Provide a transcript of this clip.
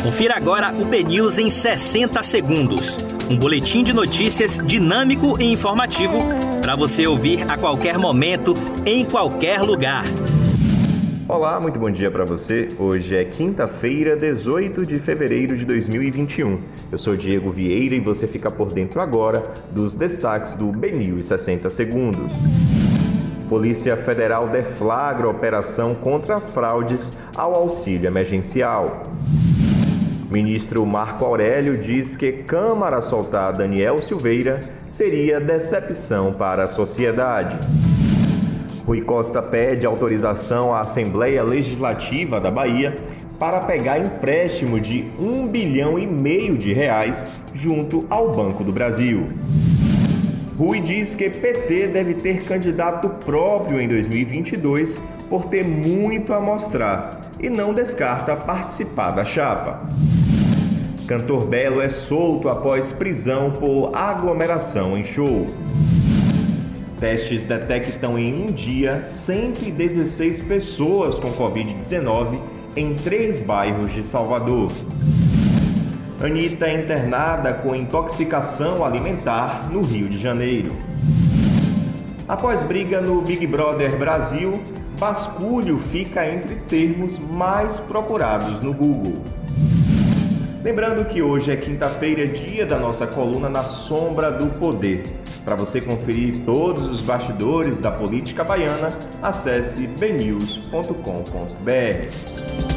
Confira agora o BNews em 60 segundos. Um boletim de notícias dinâmico e informativo para você ouvir a qualquer momento, em qualquer lugar. Olá, muito bom dia para você. Hoje é quinta-feira, 18 de fevereiro de 2021. Eu sou Diego Vieira e você fica por dentro agora dos destaques do BNews 60 segundos. Polícia Federal deflagra operação contra fraudes ao auxílio emergencial. Ministro Marco Aurélio diz que Câmara soltar Daniel Silveira seria decepção para a sociedade. Rui Costa pede autorização à Assembleia Legislativa da Bahia para pegar empréstimo de R$1,5 bilhão junto ao Banco do Brasil. Rui diz que PT deve ter candidato próprio em 2022 por ter muito a mostrar e não descarta participar da chapa. Cantor Belo é solto após prisão por aglomeração em show. Testes detectam em um dia 116 pessoas com Covid-19 em 3 bairros de Salvador. Anitta é internada com intoxicação alimentar no Rio de Janeiro. Após briga no Big Brother Brasil, basculho fica entre termos mais procurados no Google. Lembrando que hoje é quinta-feira, dia da nossa coluna Na Sombra do Poder. Para você conferir todos os bastidores da política baiana, acesse bnews.com.br.